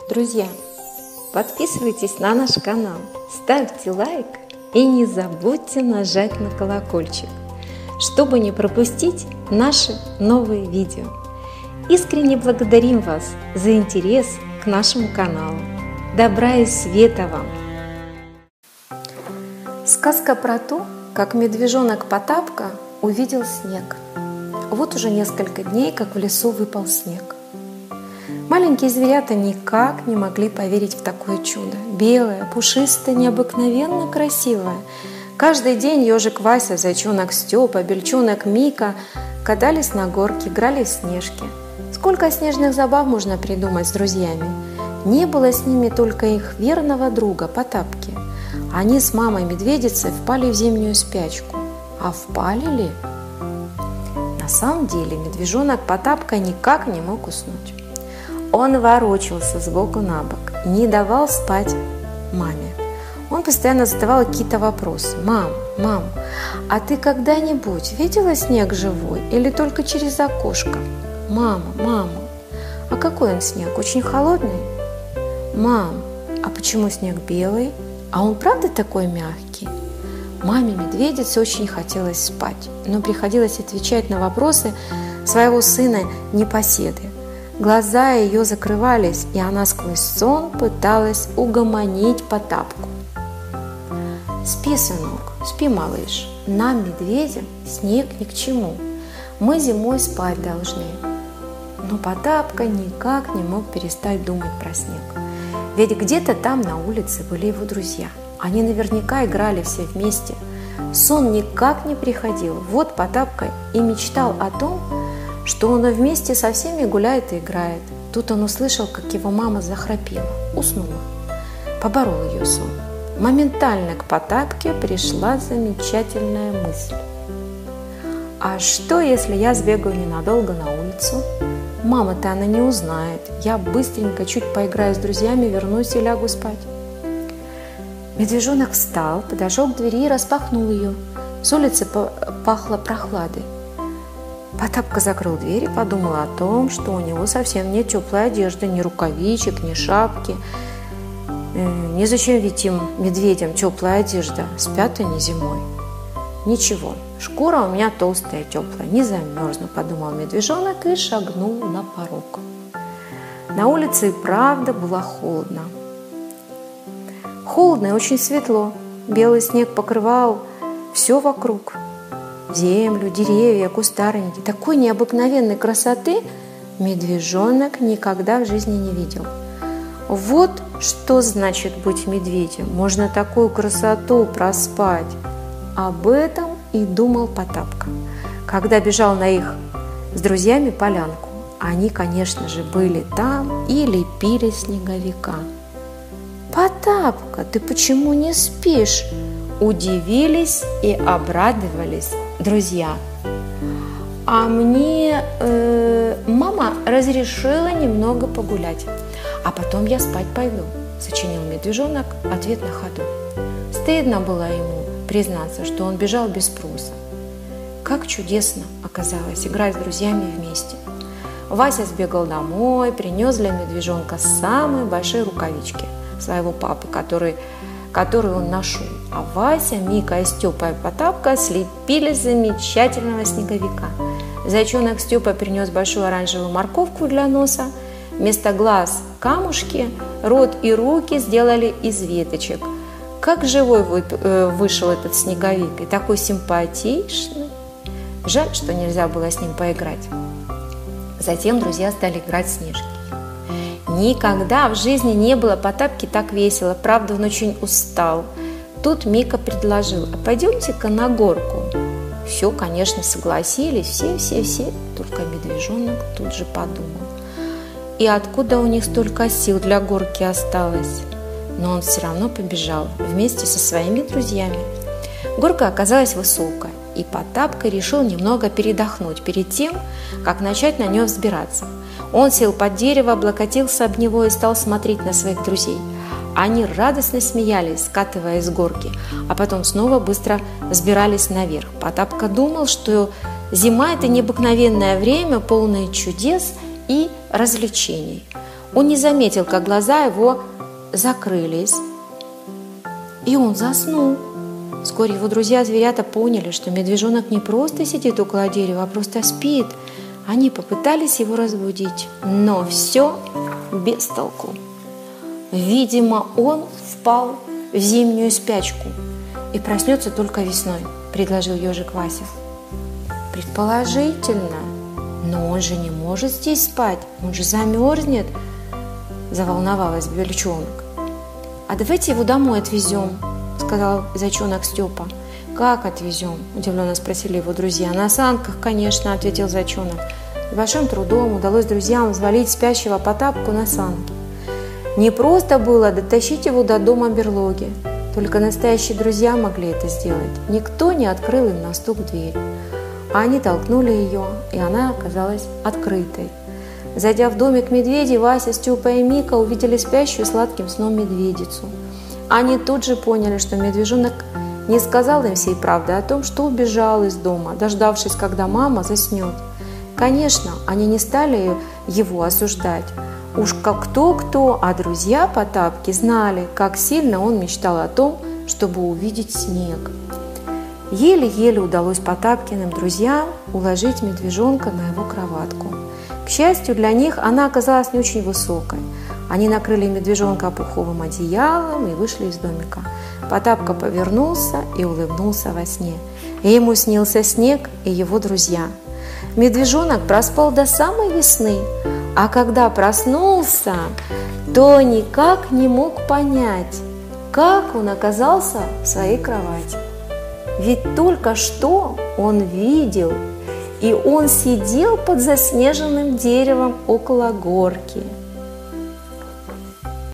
Друзья, подписывайтесь на наш канал, ставьте лайк и не забудьте нажать на колокольчик, чтобы не пропустить наши новые видео. Искренне благодарим вас за интерес к нашему каналу. Добра и света вам! Сказка про то, как медвежонок Потапка увидел снег. Вот уже несколько дней, как в лесу выпал снег. Маленькие зверята никак не могли поверить в такое чудо. Белое, пушистое, необыкновенно красивое. Каждый день ежик Вася, зайчонок Степа, бельчонок Мика катались на горке, играли в снежки. Сколько снежных забав можно придумать с друзьями. Не было с ними только их верного друга Потапки. Они с мамой-медведицей впали в зимнюю спячку. А впали ли? На самом деле медвежонок Потапка никак не мог уснуть. Он ворочался с боку на бок, не давал спать маме. Он постоянно задавал какие-то вопросы. Мам, а ты когда-нибудь видела снег живой или только через окошко? Мама, а какой он снег? Очень холодный? Мам, а почему снег белый? А он правда такой мягкий? Маме медведице очень хотелось спать, но приходилось отвечать на вопросы своего сына непоседы. Глаза ее закрывались, и она сквозь сон пыталась угомонить Потапку. Спи, сынок, спи, малыш. Нам, медведям, снег ни к чему. Мы зимой спать должны. Но Потапка никак не мог перестать думать про снег. Ведь где-то там на улице были его друзья. Они наверняка играли все вместе. Сон никак не приходил. Вот Потапка и мечтал о том, что он вместе со всеми гуляет и играет. Тут он услышал, как его мама захрапела, уснула. Поборол ее сон. Моментально к Потапке пришла замечательная мысль. А что, если я сбегаю ненадолго на улицу? Мама-то она не узнает. Я быстренько чуть поиграю с друзьями, вернусь и лягу спать. Медвежонок встал, подошел к двери и распахнул ее. С улицы пахло прохладой. Потапка закрыл дверь и подумал о том, что у него совсем нет теплой одежды, ни рукавичек, ни шапки. Незачем ведь им, медведям, теплая одежда, спят они зимой. Ничего, шкура у меня толстая, теплая, не замерзну, подумал медвежонок и шагнул на порог. На улице и правда было холодно. Холодно и очень светло. Белый снег покрывал все вокруг. Землю, деревья, кустарники. Такой необыкновенной красоты медвежонок никогда в жизни не видел. Вот что значит быть медведем. Можно такую красоту проспать. Об этом и думал Потапка, когда бежал на их с друзьями полянку. Они, конечно же, были там и лепили снеговика. «Потапка, ты почему не спишь?» Удивились и обрадовались друзья. «А мне мама разрешила немного погулять, а потом я спать пойду», сочинил медвежонок ответ на ходу. Стыдно было ему признаться, что он бежал без спроса. Как чудесно оказалось играть с друзьями вместе. Вася сбегал домой, принес для медвежонка самые большие рукавички своего папы, которые он нашел. А Вася, Мика и Степа и Потапка слепили замечательного снеговика. Зайчонок Степа принес большую оранжевую морковку для носа. Вместо глаз камушки, рот и руки сделали из веточек. Как живой вышел этот снеговик и такой симпатичный. Жаль, что нельзя было с ним поиграть. Затем друзья стали играть в снежки. Никогда в жизни не было Потапке так весело, правда, он очень устал. Тут Мика предложил: а пойдемте-ка на горку. Все, конечно, согласились, все, только медвежонок тут же подумал. И откуда у них столько сил для горки осталось? Но он все равно побежал вместе со своими друзьями. Горка оказалась высокая, и Потапка решил немного передохнуть перед тем, как начать на нее взбираться. Он сел под дерево, облокотился об него и стал смотреть на своих друзей. Они радостно смеялись, скатываясь с горки, а потом снова быстро взбирались наверх. Потапка думал, что зима – это необыкновенное время, полное чудес и развлечений. Он не заметил, как глаза его закрылись, и он заснул. Вскоре его друзья-зверята поняли, что медвежонок не просто сидит около дерева, а просто спит. Они попытались его разбудить, но все без толку. Видимо, он впал в зимнюю спячку и проснется только весной, предложил ежик Вася. Предположительно, но он же не может здесь спать, он же замерзнет, заволновалась Бельчонок. А давайте его домой отвезем, сказал зайчонок Степа. Как отвезем? Удивленно спросили его друзья. На санках, конечно, ответил зайчонок. С большим трудом удалось друзьям взвалить спящего Потапку на санки. Не просто было дотащить его до дома берлоги. Только настоящие друзья могли это сделать. Никто не открыл им на стук дверь. Они толкнули ее, и она оказалась открытой. Зайдя в домик медведей, Вася, Степа и Мика увидели спящую сладким сном медведицу. Они тут же поняли, что медвежонок не сказал им всей правды о том, что убежал из дома, дождавшись, когда мама заснет. Конечно, они не стали его осуждать. Уж как кто-кто, а друзья Потапки знали, как сильно он мечтал о том, чтобы увидеть снег. Еле-еле удалось Потапкиным друзьям уложить медвежонка на его кроватку. К счастью для них, она оказалась не очень высокой. Они накрыли медвежонка пуховым одеялом и вышли из домика. Потапка повернулся и улыбнулся во сне. И ему снился снег и его друзья. Медвежонок проспал до самой весны, а когда проснулся, то никак не мог понять, как он оказался в своей кровати. Ведь только что он видел, и он сидел под заснеженным деревом около горки.